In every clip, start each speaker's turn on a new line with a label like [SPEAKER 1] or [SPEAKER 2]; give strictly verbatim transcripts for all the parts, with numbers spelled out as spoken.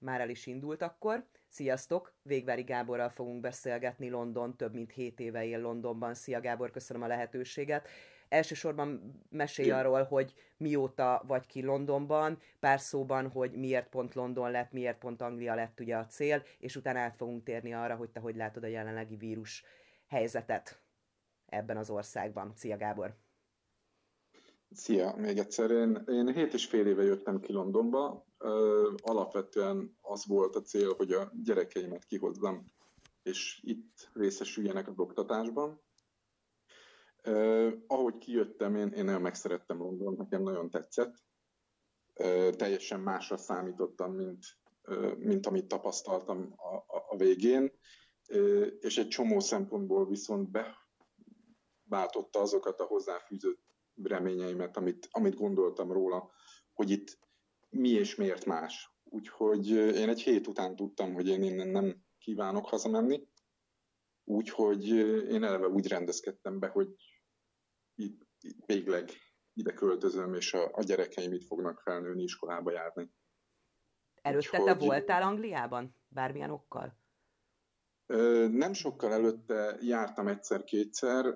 [SPEAKER 1] már el is indult akkor. Sziasztok! Végvári Gáborral fogunk beszélgetni. London, több mint hét éve él Londonban. Szia Gábor, köszönöm a lehetőséget. Elsősorban mesélj arról, hogy mióta vagy ki Londonban, pár szóban, hogy miért pont London lett, miért pont Anglia lett ugye a cél, és utána át fogunk térni arra, hogy te hogy látod a jelenlegi vírus helyzetet ebben az országban. Szia Gábor!
[SPEAKER 2] Szia, még egyszer. Én, én hét és fél éve jöttem ki Londonba. Ö, alapvetően az volt a cél, hogy a gyerekeimet kihozzam, és itt részesüljenek az oktatásban. Ö, ahogy kijöttem, én, én nagyon megszerettem London, nekem nagyon tetszett. Ö, teljesen másra számítottam, mint, ö, mint amit tapasztaltam a, a, a végén. Ö, és egy csomó szempontból viszont beváltotta azokat a hozzáfűzött reményeimet, amit, amit gondoltam róla, hogy itt mi és miért más. Úgyhogy én egy hét után tudtam, hogy én innen nem kívánok hazamenni, úgyhogy én eleve úgy rendezkedtem be, hogy itt, itt végleg ide költözöm, és a, a gyerekeim itt fognak felnőni, iskolába járni.
[SPEAKER 1] Előtte te voltál Angliában? Bármilyen okkal?
[SPEAKER 2] Ö, nem sokkal előtte jártam egyszer-kétszer,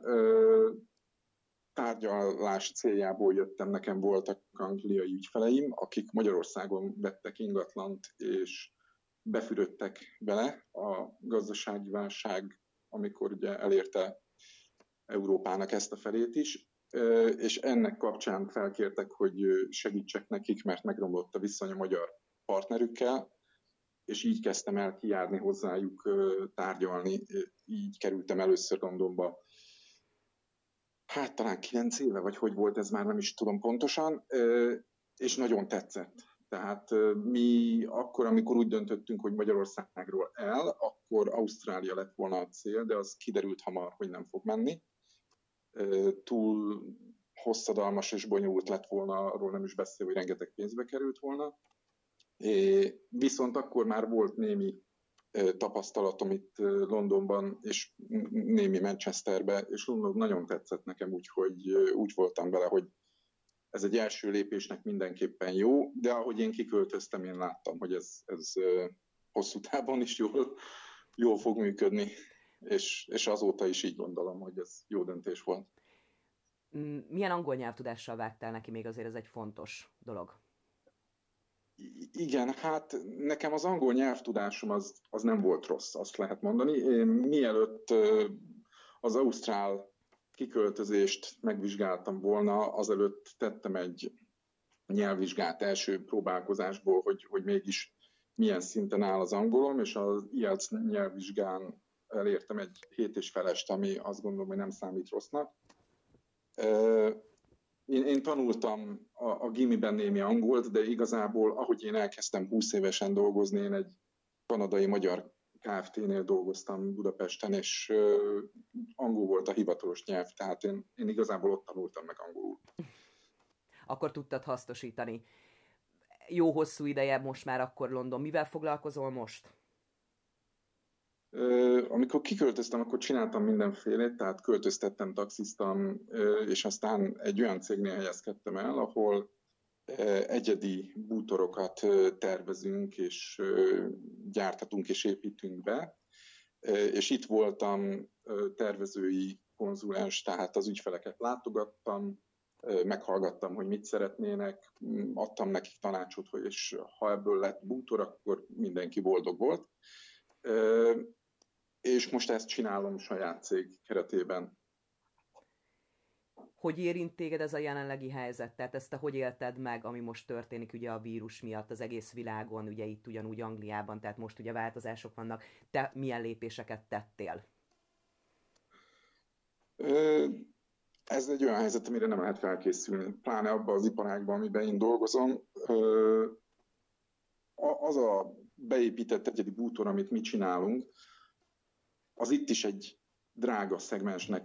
[SPEAKER 2] tárgyalás céljából jöttem, nekem voltak angliai ügyfeleim, akik Magyarországon vettek ingatlant, és befürödtek vele a gazdasági válság, amikor ugye elérte Európának ezt a felét is, és ennek kapcsán felkértek, hogy segítsek nekik, mert megromlott a viszony a magyar partnerükkel, és így kezdtem el kijárni hozzájuk, tárgyalni, így kerültem először Londonba. Hát talán kilenc éve, vagy hogy volt ez, már nem is tudom pontosan, és nagyon tetszett. Tehát mi akkor, amikor úgy döntöttünk, hogy Magyarországról el, akkor Ausztrália lett volna a cél, de az kiderült hamar, hogy nem fog menni. Túl hosszadalmas és bonyolult lett volna, arról nem is beszél, hogy rengeteg pénzbe került volna. Viszont akkor már volt némi tapasztalatom itt Londonban, és némi Manchesterbe, és London nagyon tetszett nekem, úgyhogy úgy voltam vele, hogy ez egy első lépésnek mindenképpen jó, de ahogy én kiköltöztem, én láttam, hogy ez, ez hosszú távon is jól, jól fog működni, és, és azóta is így gondolom, hogy ez jó döntés volt.
[SPEAKER 1] Milyen angol nyelvtudással vágtál neki, még azért ez egy fontos dolog?
[SPEAKER 2] Igen, hát nekem az angol nyelvtudásom az, az nem volt rossz, azt lehet mondani. Én mielőtt az ausztrál kiköltözést megvizsgáltam volna, azelőtt tettem egy nyelvvizsgát első próbálkozásból, hogy, hogy mégis milyen szinten áll az angolom, és az i e el té es nyelvvizsgán elértem egy hét és felest, ami azt gondolom, hogy nem számít rossznak. Én, én tanultam a, a gimiben némi angolt, de igazából, ahogy én elkezdtem húsz évesen dolgozni, én egy kanadai magyar Kft-nél dolgoztam Budapesten, és uh, angol volt a hivatalos nyelv, tehát én, én igazából ott tanultam meg angolul.
[SPEAKER 1] Akkor tudtad hasznosítani. Jó hosszú ideje most már akkor London. Mivel foglalkozol most?
[SPEAKER 2] Uh, amikor kiköltöztem, akkor csináltam mindenfélét, tehát költöztettem, taxiztam, uh, és aztán egy olyan cégnél helyezkedtem el, ahol uh, egyedi bútorokat uh, tervezünk, és uh, gyártatunk és építünk be. Uh, és itt voltam uh, tervezői konzulens, tehát az ügyfeleket látogattam, uh, meghallgattam, hogy mit szeretnének, adtam nekik tanácsot, hogy és ha ebből lett bútor, akkor mindenki boldog volt. Uh, és most ezt csinálom saját cég keretében.
[SPEAKER 1] Hogy érint téged ez a jelenlegi helyzet? Tehát ezt te hogy élted meg, ami most történik ugye a vírus miatt az egész világon, ugye itt ugyanúgy Angliában, tehát most ugye változások vannak. Te milyen lépéseket tettél?
[SPEAKER 2] Ez egy olyan helyzet, amire nem lehet felkészülni, pláne abban az iparágban, amiben én dolgozom. Az a beépített egyedi bútor, amit mi csinálunk, az itt is egy drága szegmensnek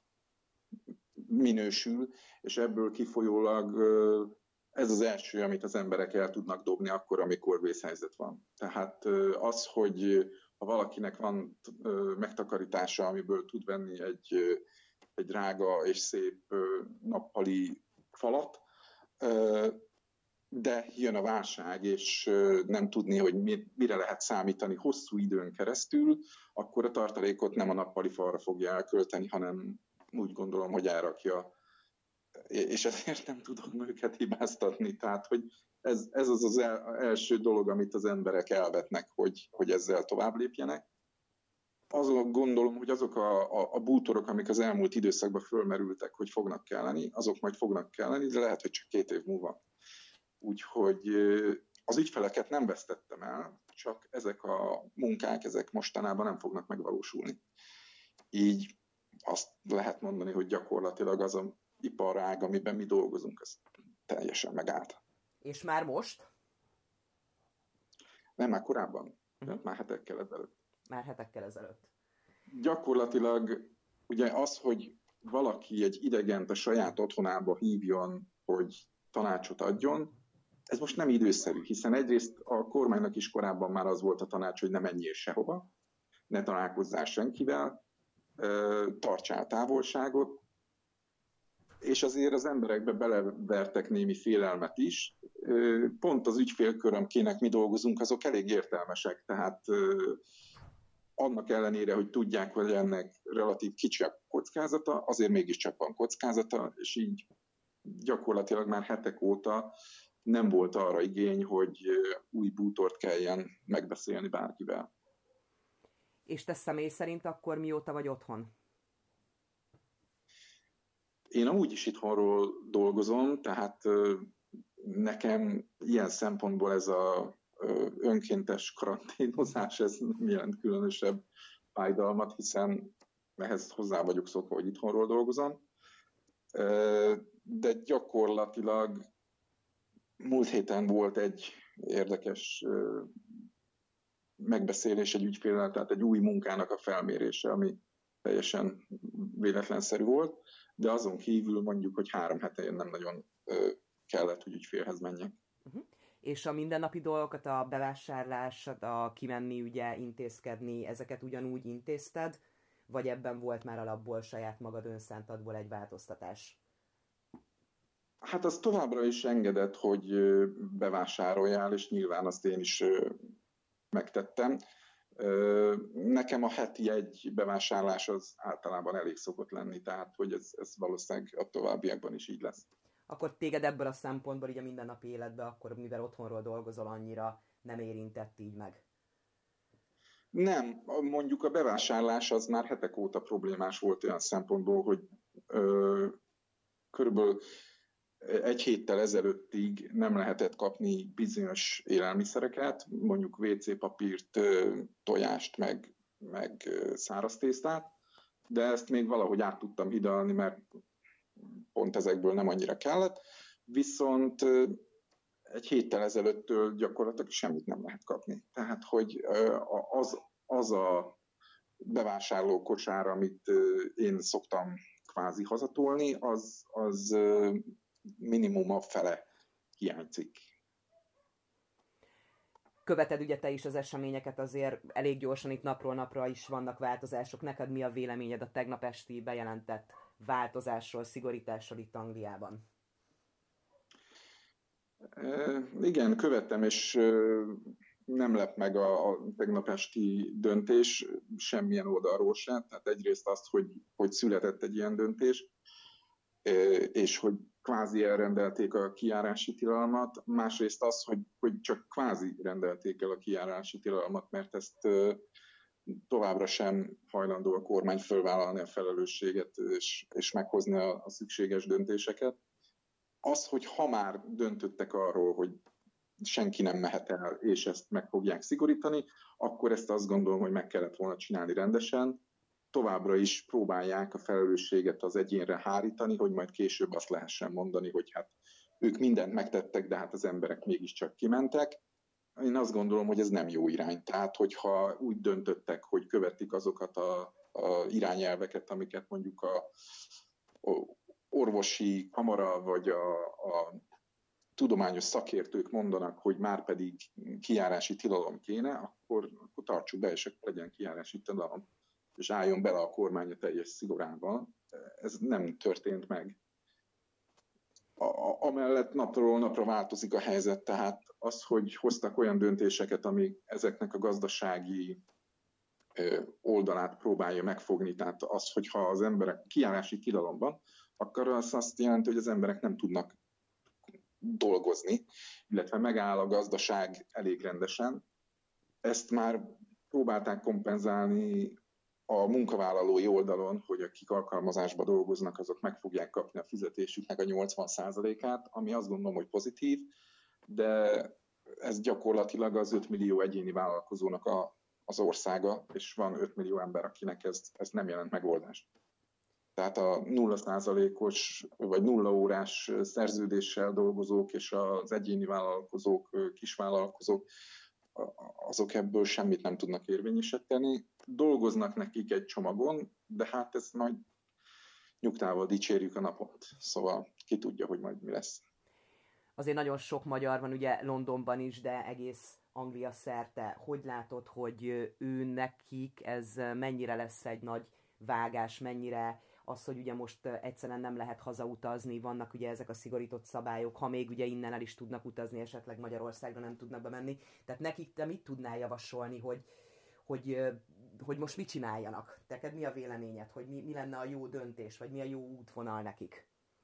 [SPEAKER 2] minősül, és ebből kifolyólag ez az első, amit az emberek el tudnak dobni akkor, amikor vészhelyzet van. Tehát az, hogy ha valakinek van megtakarítása, amiből tud venni egy, egy drága és szép nappali falat, de jön a válság, és nem tudni, hogy mire lehet számítani hosszú időn keresztül, akkor a tartalékot nem a nappali falra fogja elkölteni, hanem úgy gondolom, hogy elrakja, és ezért nem tudom őket hibáztatni. Tehát, hogy ez, ez az az el, első dolog, amit az emberek elvetnek, hogy, hogy ezzel tovább lépjenek. Azon gondolom, hogy azok a, a, a bútorok, amik az elmúlt időszakban fölmerültek, hogy fognak kelleni, azok majd fognak kelleni, de lehet, hogy csak két év múlva. Úgyhogy az ügyfeleket nem vesztettem el, csak ezek a munkák, ezek mostanában nem fognak megvalósulni. Így azt lehet mondani, hogy gyakorlatilag az a iparág, amiben mi dolgozunk, az teljesen megállt.
[SPEAKER 1] És már most?
[SPEAKER 2] Nem, már korábban. Uh-huh. Már hetekkel ezelőtt.
[SPEAKER 1] Már hetekkel ezelőtt.
[SPEAKER 2] Gyakorlatilag ugye az, hogy valaki egy idegent a saját otthonába hívjon, hogy tanácsot adjon, ez most nem időszerű, hiszen egyrészt a kormánynak is korábban már az volt a tanács, hogy ne menjél sehova, ne találkozzál senkivel, tartsál távolságot, és azért az emberekbe belevertek némi félelmet is. Pont az ügyfélköröm, kinek mi dolgozunk, azok elég értelmesek, tehát annak ellenére, hogy tudják, hogy ennek relatív kicsi a kockázata, azért mégiscsak van kockázata, és így gyakorlatilag már hetek óta nem volt arra igény, hogy új bútort kelljen megbeszélni bárkivel.
[SPEAKER 1] És te személy szerint akkor mióta vagy otthon?
[SPEAKER 2] Én amúgy is itthonról dolgozom, tehát nekem ilyen szempontból ez a önkéntes karanténozás, ez nem jelent különösebb fájdalmat, hiszen ehhez hozzá vagyok szokva, hogy itthonról dolgozom. De gyakorlatilag múlt héten volt egy érdekes megbeszélés egy ügyféllel, tehát egy új munkának a felmérése, ami teljesen véletlenszerű volt, de azon kívül mondjuk, hogy három hete nem nagyon kellett, hogy ügyfélhez menjek.
[SPEAKER 1] Uh-huh. És a mindennapi dolgokat, a bevásárlás, a kimenni, ugye, intézkedni, ezeket ugyanúgy intézted, vagy ebben volt már alapból saját magad önszántadból egy változtatás?
[SPEAKER 2] Hát az továbbra is engedett, hogy bevásároljál, és nyilván azt én is megtettem. Nekem a heti egy bevásárlás az általában elég szokott lenni, tehát hogy ez, ez valószínűleg a továbbiakban is így lesz.
[SPEAKER 1] Akkor téged ebből a szempontból így a mindennapi életben, akkor mivel otthonról dolgozol, annyira nem érintett így meg?
[SPEAKER 2] Nem, mondjuk a bevásárlás az már hetek óta problémás volt olyan szempontból, hogy ö, körülbelül egy héttel ezelőttig nem lehetett kapni bizonyos élelmiszereket, mondjuk vé cé papírt, tojást, meg, meg száraz tésztát, de ezt még valahogy át tudtam hidalni, mert pont ezekből nem annyira kellett. Viszont egy héttel ezelőttől gyakorlatilag semmit nem lehet kapni. Tehát, hogy az, az a bevásárló kosár, amit én szoktam kvázi hazatolni, az, az minimum a fele hiányzik.
[SPEAKER 1] Követed ugye te is az eseményeket, azért elég gyorsan itt napról napra is vannak változások. Neked mi a véleményed a tegnap esti bejelentett változásról, szigorításról itt Angliában?
[SPEAKER 2] E, igen, követtem, és nem lep meg a, a tegnap esti döntés semmilyen oldalról sem. Tehát egyrészt azt, hogy, hogy született egy ilyen döntés, és hogy kvázi elrendelték a kijárási tilalmat, másrészt az, hogy, hogy csak kvázi rendelték el a kijárási tilalmat, mert ezt továbbra sem hajlandó a kormány fölvállalni a felelősséget, és, és meghozni a, a szükséges döntéseket. Az, hogy ha már döntöttek arról, hogy senki nem mehet el, és ezt meg fogják szigorítani, akkor ezt azt gondolom, hogy meg kellett volna csinálni rendesen. Továbbra is próbálják a felelősséget az egyénre hárítani, hogy majd később azt lehessen mondani, hogy hát ők mindent megtettek, de hát az emberek mégiscsak kimentek. Én azt gondolom, hogy ez nem jó irány. Tehát, hogyha úgy döntöttek, hogy követik azokat a, a irányelveket, amiket mondjuk a, a orvosi kamara vagy a, a tudományos szakértők mondanak, hogy már pedig kijárási tilalom kéne, akkor, akkor tartsuk be, és akkor legyen kijárási tilalom, és álljon bele a kormány a teljes szigorával. Ez nem történt meg. a, amellett napról napra változik a helyzet, tehát az, hogy hoztak olyan döntéseket, ami ezeknek a gazdasági oldalát próbálja megfogni, tehát az, hogyha az emberek kiállási tilalomban, akkor az azt jelenti, hogy az emberek nem tudnak dolgozni, illetve megáll a gazdaság elég rendesen. Ezt már próbálták kompenzálni a munkavállalói oldalon, hogy akik alkalmazásban dolgoznak, azok meg fogják kapni a fizetésüknek a nyolcvan százalékát, ami azt gondolom, hogy pozitív, de ez gyakorlatilag az öt millió egyéni vállalkozónak a, az országa, és van öt millió ember, akinek ez, ez nem jelent megoldást. Tehát a nulla százalékos vagy nulla órás szerződéssel dolgozók és az egyéni vállalkozók, kisvállalkozók, azok ebből semmit nem tudnak érvényesíteni. Dolgoznak nekik egy csomagon, de hát ezt majd nyugtával dicsérjük a napot. Szóval ki tudja, hogy majd mi lesz.
[SPEAKER 1] Azért nagyon sok magyar van ugye Londonban is, de egész Anglia szerte. Hogy látod, hogy ő nekik ez mennyire lesz egy nagy vágás, mennyire az, hogy ugye most egyszerűen nem lehet hazautazni, vannak ugye ezek a szigorított szabályok, ha még ugye innen el is tudnak utazni, esetleg Magyarországra nem tudnak bemenni. Tehát nekik te mit tudnál javasolni, hogy, hogy, hogy most mit csináljanak? Teked mi a véleményed, hogy mi, mi lenne a jó döntés, vagy mi a jó útvonal nekik?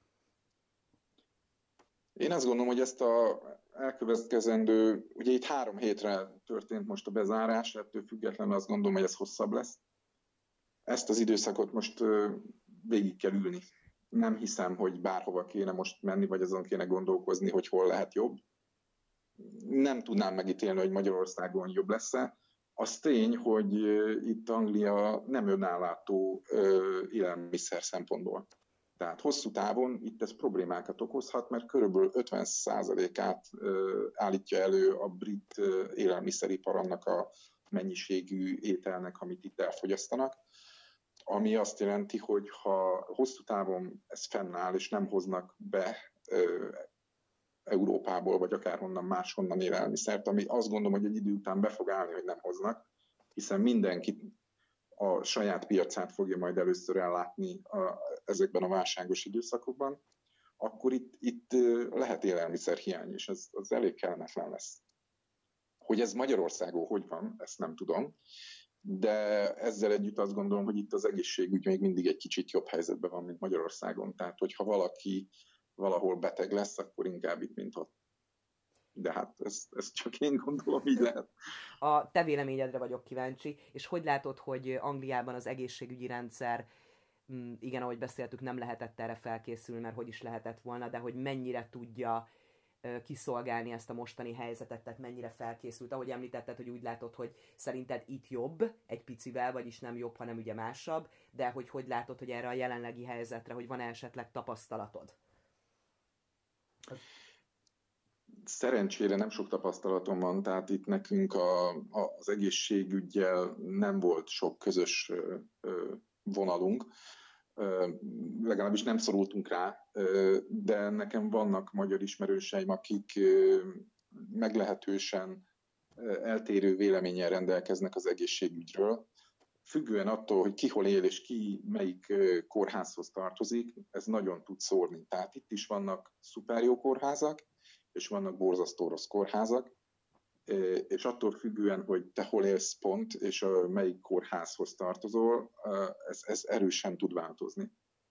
[SPEAKER 2] Én azt gondolom, hogy ezt a elkövetkezendő, ugye itt három hétre történt most a bezárás, ettől függetlenül azt gondolom, hogy ez hosszabb lesz. Ezt az időszakot most végig kell ülni. Nem hiszem, hogy bárhova kéne most menni, vagy azon kéne gondolkozni, hogy hol lehet jobb. Nem tudnám megítélni, hogy Magyarországon jobb lesz-e. Az tény, hogy itt Anglia nem önállátó élelmiszer szempontból. Tehát hosszú távon itt ez problémákat okozhat, mert körülbelül ötven százalékát állítja elő a brit élelmiszeripar annak a mennyiségű ételnek, amit itt elfogyasztanak, ami azt jelenti, hogy ha hosszú távon ez fennáll, és nem hoznak be Európából, vagy akárhonnan máshonnan élelmiszert, ami azt gondolom, hogy egy idő után be fog állni, hogy nem hoznak, hiszen mindenki a saját piacát fogja majd először ellátni a, ezekben a válságos időszakokban, akkor itt, itt lehet élelmiszerhiány, és ez az elég kellemetlen lesz. Hogy ez Magyarországon hogy van, ezt nem tudom, de ezzel együtt azt gondolom, hogy itt az egészségügy még mindig egy kicsit jobb helyzetben van, mint Magyarországon. Tehát, hogyha valaki valahol beteg lesz, akkor inkább itt, mint ott. De hát ezt, ezt csak én gondolom, így lehet.
[SPEAKER 1] A te véleményedre vagyok kíváncsi, és hogy látod, hogy Angliában az egészségügyi rendszer, igen, ahogy beszéltük, nem lehetett erre felkészülni, mert hogy is lehetett volna, de hogy mennyire tudja kiszolgálni ezt a mostani helyzetet, tehát mennyire felkészült. Ahogy említetted, hogy úgy látod, hogy szerinted itt jobb, egy picivel, vagyis nem jobb, hanem ugye másabb, de hogy hogy látod, hogy erre a jelenlegi helyzetre, hogy van esetleg tapasztalatod?
[SPEAKER 2] Szerencsére nem sok tapasztalatom van, tehát itt nekünk a, a, az egészségüggyel nem volt sok közös ö, ö, vonalunk, ö, legalábbis nem szorultunk rá, ö, de nekem vannak magyar ismerőseim, akik ö, meglehetősen ö, eltérő véleménnyel rendelkeznek az egészségügyről. Függően attól, hogy ki hol él és ki melyik ö, kórházhoz tartozik, ez nagyon tud szórni. Tehát itt is vannak szuper jó kórházak, és vannak borzasztó rossz kórházak, és attól függően, hogy te hol élsz pont, és a melyik kórházhoz tartozol, ez, ez erősen tud változni.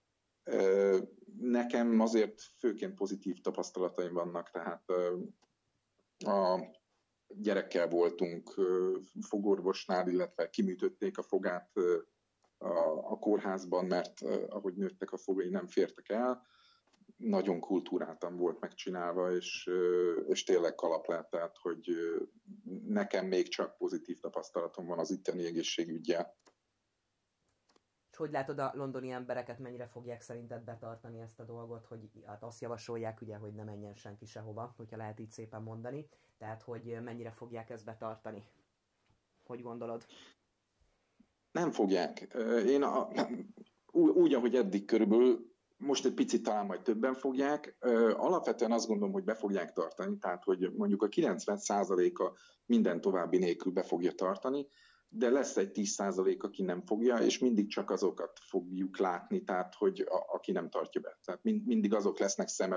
[SPEAKER 2] Nekem azért főként pozitív tapasztalataim vannak, tehát a gyerekkel voltunk fogorvosnál, illetve kiműtötték a fogát a kórházban, mert ahogy nőttek a fogai, nem fértek el. Nagyon kultúráltan volt megcsinálva, és, és tényleg kalap lett, tehát, hogy nekem még csak pozitív tapasztalatom van az itteni egészségüggyel.
[SPEAKER 1] És hogy látod, a londoni embereket mennyire fogják szerinted betartani ezt a dolgot, hogy hát azt javasolják, ugye, hogy ne menjen senki sehova, hogyha lehet így szépen mondani, tehát hogy mennyire fogják ezt betartani? Hogy gondolod?
[SPEAKER 2] Nem fogják. Én a, úgy, ahogy eddig körülbelül, most egy picit talán majd többen fogják. Alapvetően azt gondolom, hogy be fogják tartani, tehát hogy mondjuk a kilencven százaléka minden további nélkül be fogja tartani, de lesz egy tíz százalék, aki nem fogja, és mindig csak azokat fogjuk látni, tehát hogy a, aki nem tartja be. Tehát mind, mindig azok lesznek szem előtt,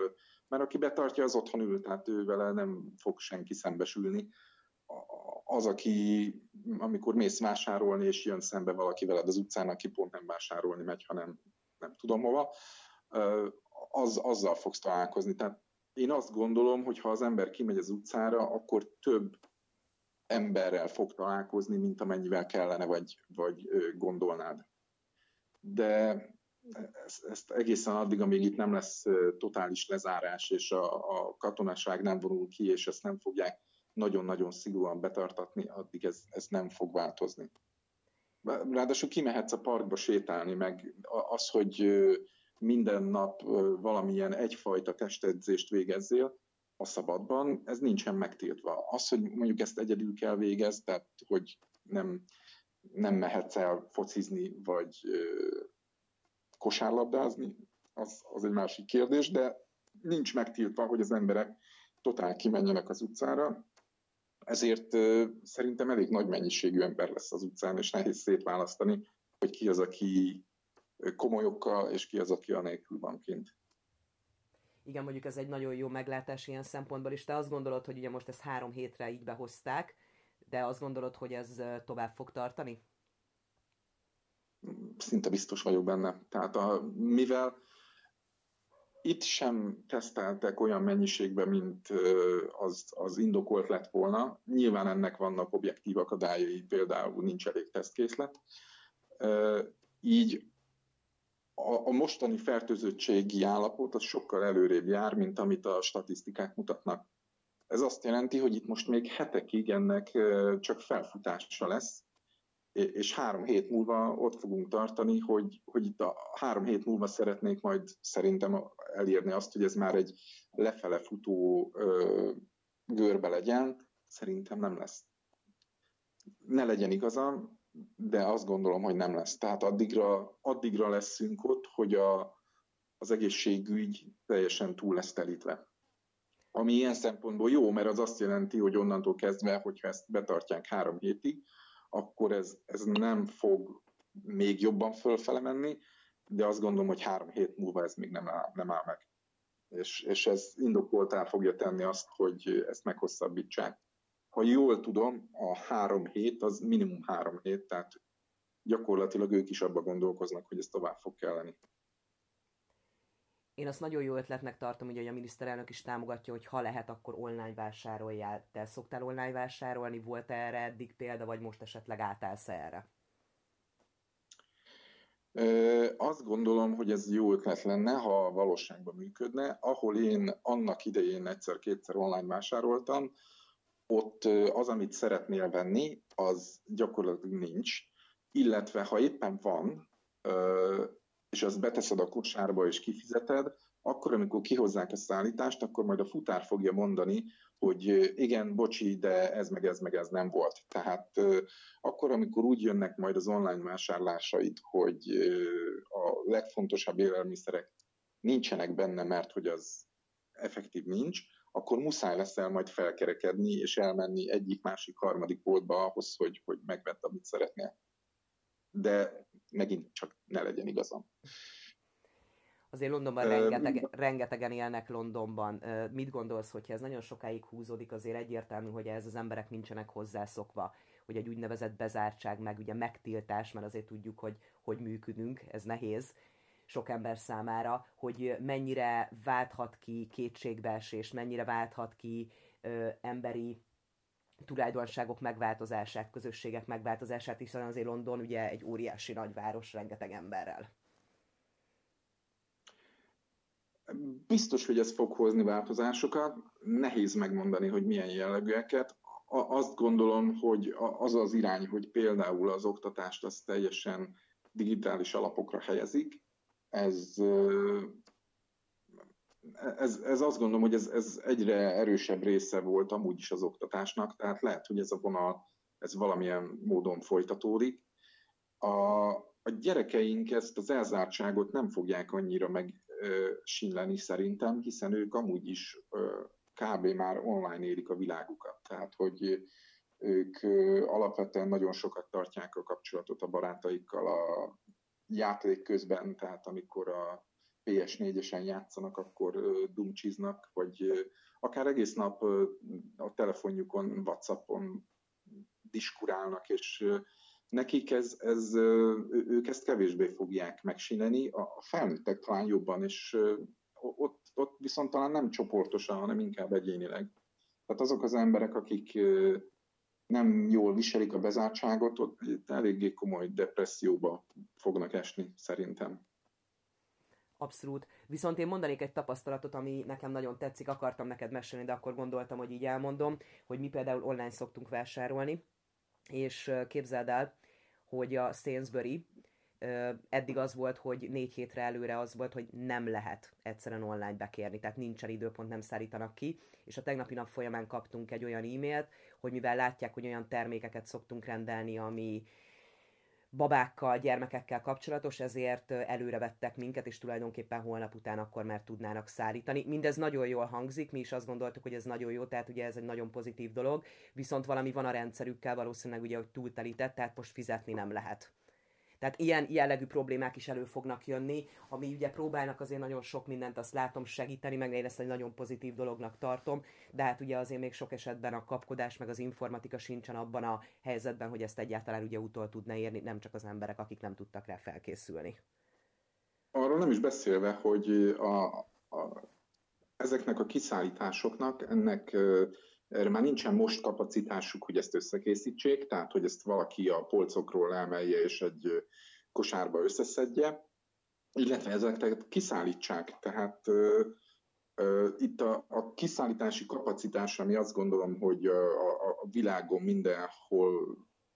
[SPEAKER 2] mert aki betartja, az otthon ül, tehát ő vele nem fog senki szembesülni. Az, aki, amikor mész vásárolni, és jön szembe valaki veled az utcán, aki pont nem vásárolni megy, hanem nem tudom hova, az, azzal fogsz találkozni. Tehát én azt gondolom, hogy ha az ember kimegy az utcára, akkor több emberrel fog találkozni, mint amennyivel kellene, vagy, vagy gondolnád. De ezt, ezt egészen addig, amíg itt nem lesz totális lezárás, és a, a katonaság nem vonul ki, és ezt nem fogják nagyon-nagyon szigorúan betartatni, addig ez, ez nem fog változni. Ráadásul kimehetsz a parkba sétálni, meg az, hogy minden nap valamilyen egyfajta testedzést végezzél a szabadban, ez nincsen megtiltva. Az, hogy mondjuk ezt egyedül kell végezni, tehát hogy nem, nem mehetsz el focizni, vagy kosárlabdázni, az, az egy másik kérdés, de nincs megtiltva, hogy az emberek totál kimenjenek az utcára, ezért uh, szerintem elég nagy mennyiségű ember lesz az utcán, és nehéz szétválasztani, hogy ki az, aki komolyokkal, és ki az, aki anélkül van kint.
[SPEAKER 1] Igen, mondjuk ez egy nagyon jó meglátás ilyen szempontból is. Te azt gondolod, hogy ugye most ezt három hétre így behozták, de azt gondolod, hogy ez tovább fog tartani?
[SPEAKER 2] Szinte biztos vagyok benne. Tehát a, mivel itt sem teszteltek olyan mennyiségben, mint az, az indokolt lett volna. Nyilván ennek vannak objektív akadályai, például nincs elég tesztkészlet. Így a, a mostani fertőzöttségi állapot az sokkal előrébb jár, mint amit a statisztikák mutatnak. Ez azt jelenti, hogy itt most még hetekig ennek csak felfutása lesz, és három hét múlva ott fogunk tartani, hogy, hogy itt a három hét múlva szeretnék majd szerintem elérni azt, hogy ez már egy lefele futó ö, görbe legyen. Szerintem nem lesz. Ne legyen igazam, de azt gondolom, hogy nem lesz. Tehát addigra, addigra leszünk ott, hogy a, az egészségügy teljesen túl lesz telítve. Ami ilyen szempontból jó, mert az azt jelenti, hogy onnantól kezdve, hogyha ezt betartják három hétig, akkor ez, ez nem fog még jobban fölfele menni, de azt gondolom, hogy három hét múlva ez még nem áll, nem áll meg. És, és ez indokoltá fogja tenni azt, hogy ezt meghosszabbítsák. Ha jól tudom, a három hét az minimum három hét, tehát gyakorlatilag ők is abba gondolkoznak, hogy ez tovább fog kelleni.
[SPEAKER 1] Én azt nagyon jó ötletnek tartom, hogy a miniszterelnök is támogatja, hogy ha lehet, akkor online vásároljál. Te szoktál online vásárolni? Volt erre eddig példa, vagy most esetleg átállsz erre?
[SPEAKER 2] Ö, azt gondolom, hogy ez jó ötlet lenne, ha valóságban működne. Ahol én annak idején egyszer-kétszer online vásároltam, ott az, amit szeretnél venni, az gyakorlatilag nincs. Illetve ha éppen van, ö, és azt beteszed a kosárba és kifizeted, akkor, amikor kihozzák a szállítást, akkor majd a futár fogja mondani, hogy igen, bocsi, de ez meg ez meg ez nem volt. Tehát akkor, amikor úgy jönnek majd az online vásárlásaid, hogy a legfontosabb élelmiszerek nincsenek benne, mert hogy az effektív nincs, akkor muszáj leszel majd felkerekedni, és elmenni egyik, másik, harmadik boltba ahhoz, hogy, hogy megvedd, amit szeretnél. De megint csak ne legyen igazam.
[SPEAKER 1] Azért Londonban uh, rengeteg, rengetegen élnek Londonban. Uh, mit gondolsz, hogyha ez nagyon sokáig húzódik, azért egyértelmű, hogy ez az emberek nincsenek hozzászokva, hogy egy úgynevezett bezártság, meg ugye megtiltás, mert azért tudjuk, hogy hogy működünk, ez nehéz sok ember számára, hogy mennyire válthat ki kétségbeesést, mennyire válthat ki uh, emberi tulajdonságok megváltozását, közösségek megváltozását, hiszen azért London ugye egy óriási nagyváros rengeteg emberrel.
[SPEAKER 2] Biztos, hogy ez fog hozni változásokat, nehéz megmondani, hogy milyen jellegűeket. Azt gondolom, hogy az az irány, hogy például az oktatást az teljesen digitális alapokra helyezik, ez, ez, ez azt gondolom, hogy ez, ez egyre erősebb része volt amúgy is az oktatásnak, tehát lehet, hogy ez a vonal ez valamilyen módon folytatódik. A, a gyerekeink ezt az elzártságot nem fogják annyira megsínleni szerintem, hiszen ők amúgy is kb. Már online élik a világukat. Tehát, hogy ők alapvetően nagyon sokat tartják a kapcsolatot a barátaikkal a játék közben, tehát amikor a pé es négyesen játszanak, akkor dumcsiznak, vagy akár egész nap a telefonjukon, WhatsAppon diskurálnak, és nekik ez, ez, ők ezt kevésbé fogják megsineni, a felnőttek talán jobban, és ott, ott viszont talán nem csoportosan, hanem inkább egyénileg. Tehát azok az emberek, akik nem jól viselik a bezártságot, ott eléggé komoly depresszióba fognak esni, szerintem.
[SPEAKER 1] Abszolút. Viszont én mondanék egy tapasztalatot, ami nekem nagyon tetszik, akartam neked mesélni, de akkor gondoltam, hogy így elmondom, hogy mi például online szoktunk vásárolni, és képzeld el, hogy a Sainsbury eddig az volt, hogy négy hétre előre az volt, hogy nem lehet egyszerűen online bekérni, tehát nincsen időpont, nem szállítanak ki, és a tegnapi nap folyamán kaptunk egy olyan e-mailt, hogy mivel látják, hogy olyan termékeket szoktunk rendelni, ami babákkal, gyermekekkel kapcsolatos, ezért előre vettek minket, és tulajdonképpen holnap után akkor már tudnának szállítani. Mindez nagyon jól hangzik, mi is azt gondoltuk, hogy ez nagyon jó, tehát ugye ez egy nagyon pozitív dolog, viszont valami van a rendszerükkel, valószínűleg ugye, hogy túltelített, tehát most fizetni nem lehet. Tehát ilyen jellegű problémák is elő fognak jönni, ami ugye próbálnak azért nagyon sok mindent, azt látom, segíteni, meg én ezt egy nagyon pozitív dolognak tartom, de hát ugye azért még sok esetben a kapkodás meg az informatika sincsen abban a helyzetben, hogy ezt egyáltalán ugye utol tudna érni, nem csak az emberek, akik nem tudtak rá felkészülni.
[SPEAKER 2] Arról nem is beszélve, hogy a, a, ezeknek a kiszállításoknak, ennek erre már nincsen most kapacitásuk, hogy ezt összekészítsék, tehát hogy ezt valaki a polcokról emelje és egy kosárba összeszedje, illetve ezeket kiszállítsák. Tehát uh, uh, itt a, a kiszállítási kapacitás, ami azt gondolom, hogy a, a világon mindenhol,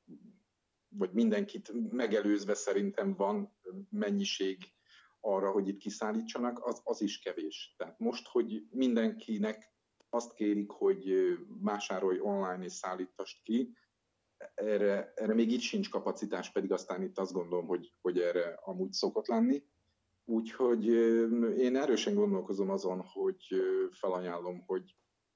[SPEAKER 2] vagy mindenkit megelőzve szerintem van mennyiség arra, hogy itt kiszállítsanak, az, az is kevés. Tehát most, hogy mindenkinek azt kérik, hogy vásárolj online és szállítast ki, erre, erre még itt sincs kapacitás, pedig aztán itt azt gondolom, hogy, hogy erre amúgy szokott lenni. Úgyhogy én erősen gondolkozom azon, hogy felajánlom, hogy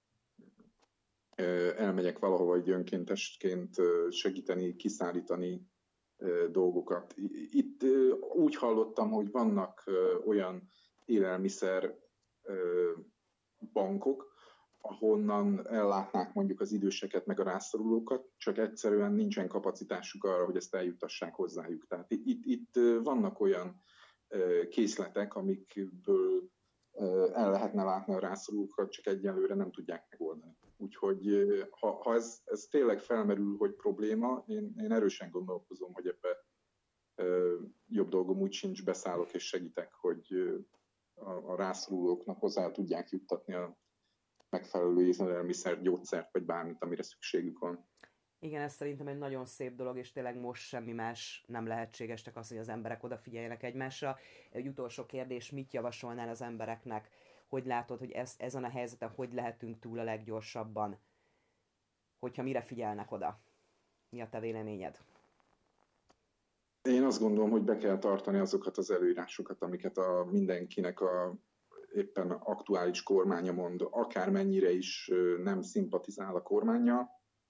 [SPEAKER 2] elmegyek valahova egy önkéntesként segíteni, kiszállítani dolgokat. Itt úgy hallottam, hogy vannak olyan élelmiszer bankok, ahonnan ellátnák mondjuk az időseket, meg a rászorulókat, csak egyszerűen nincsen kapacitásuk arra, hogy ezt eljuttassák hozzájuk. Tehát itt, itt vannak olyan készletek, amikből el lehetne látni a rászorulókat, csak egyelőre nem tudják megoldani. Úgyhogy ha, ha ez, ez tényleg felmerül, hogy probléma, én, én erősen gondolkozom, hogy ebbe jobb dolgom úgy sincs, beszállok és segítek, hogy a, a rászorulóknak hozzá tudják juttatni a megfelelő élelmiszer, gyógyszert, vagy bármit, amire szükségük van.
[SPEAKER 1] Igen, ez szerintem egy nagyon szép dolog, és tényleg most semmi más nem lehetséges, csak az, hogy az emberek odafigyeljenek egymásra. Egy utolsó kérdés, mit javasolnál az embereknek? Hogy látod, hogy ez, ezen a helyzeten hogy lehetünk túl a leggyorsabban? Hogyha mire figyelnek oda? Mi a te véleményed?
[SPEAKER 2] Én azt gondolom, hogy be kell tartani azokat az előírásokat, amiket a mindenkinek a éppen aktuális kormánya mond, akármennyire is nem szimpatizál a kormánya.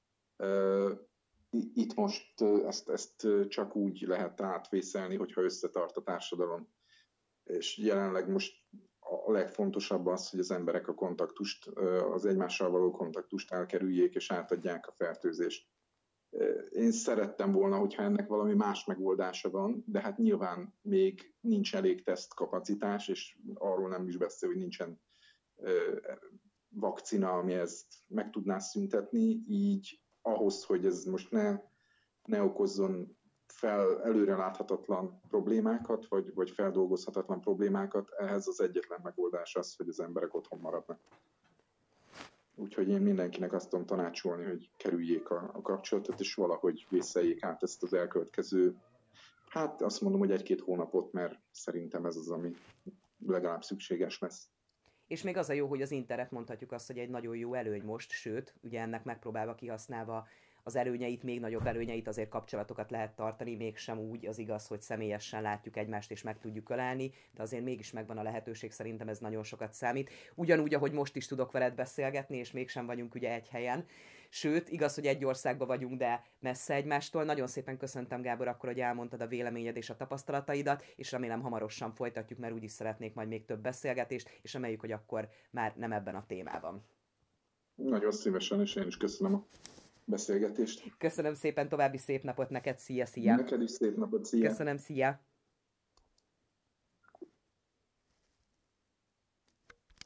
[SPEAKER 2] Itt most ezt, ezt csak úgy lehet átvészelni, hogyha összetart a társadalom. És jelenleg most a legfontosabb az, hogy az emberek a kontaktust, az egymással való kontaktust elkerüljék és átadják a fertőzést. Én szerettem volna, hogyha ennek valami más megoldása van, de hát nyilván még nincs elég tesztkapacitás, és arról nem is beszél, hogy nincsen vakcina, ami ezt meg tudná szüntetni, így ahhoz, hogy ez most ne, ne okozzon fel előreláthatatlan problémákat, vagy, vagy feldolgozhatatlan problémákat, ehhez az egyetlen megoldás az, hogy az emberek otthon maradnak. Úgyhogy én mindenkinek azt tudom tanácsolni, hogy kerüljék a, a kapcsolatot, és valahogy vészeljék át ezt az elkövetkező, hát azt mondom, hogy egy-két hónapot, mert szerintem ez az, ami legalább szükséges lesz.
[SPEAKER 1] És még az a jó, hogy az internet mondhatjuk azt, hogy egy nagyon jó előny most, sőt, ugye ennek megpróbálva kihasználva az előnyeit, még nagyobb előnyeit, azért kapcsolatokat lehet tartani, mégsem úgy az igaz, hogy személyesen látjuk egymást és meg tudjuk ölelni, de azért mégis megvan a lehetőség, szerintem ez nagyon sokat számít. Ugyanúgy, ahogy most is tudok veled beszélgetni, és mégsem vagyunk ugye egy helyen. Sőt, igaz, hogy egy országban vagyunk, de messze egymástól. Nagyon szépen köszöntem, Gábor, akkor, hogy elmondtad a véleményed és a tapasztalataidat, és remélem hamarosan folytatjuk, mert úgyis szeretnék majd még több beszélgetést, és reméljük, hogy akkor már nem ebben a témában.
[SPEAKER 2] Nagyon szívesen, és én is köszönöm a beszélgetést.
[SPEAKER 1] Köszönöm szépen, további szép napot neked, szia, szia!
[SPEAKER 2] Neked is szép napot, szia!
[SPEAKER 1] Köszönöm, szia!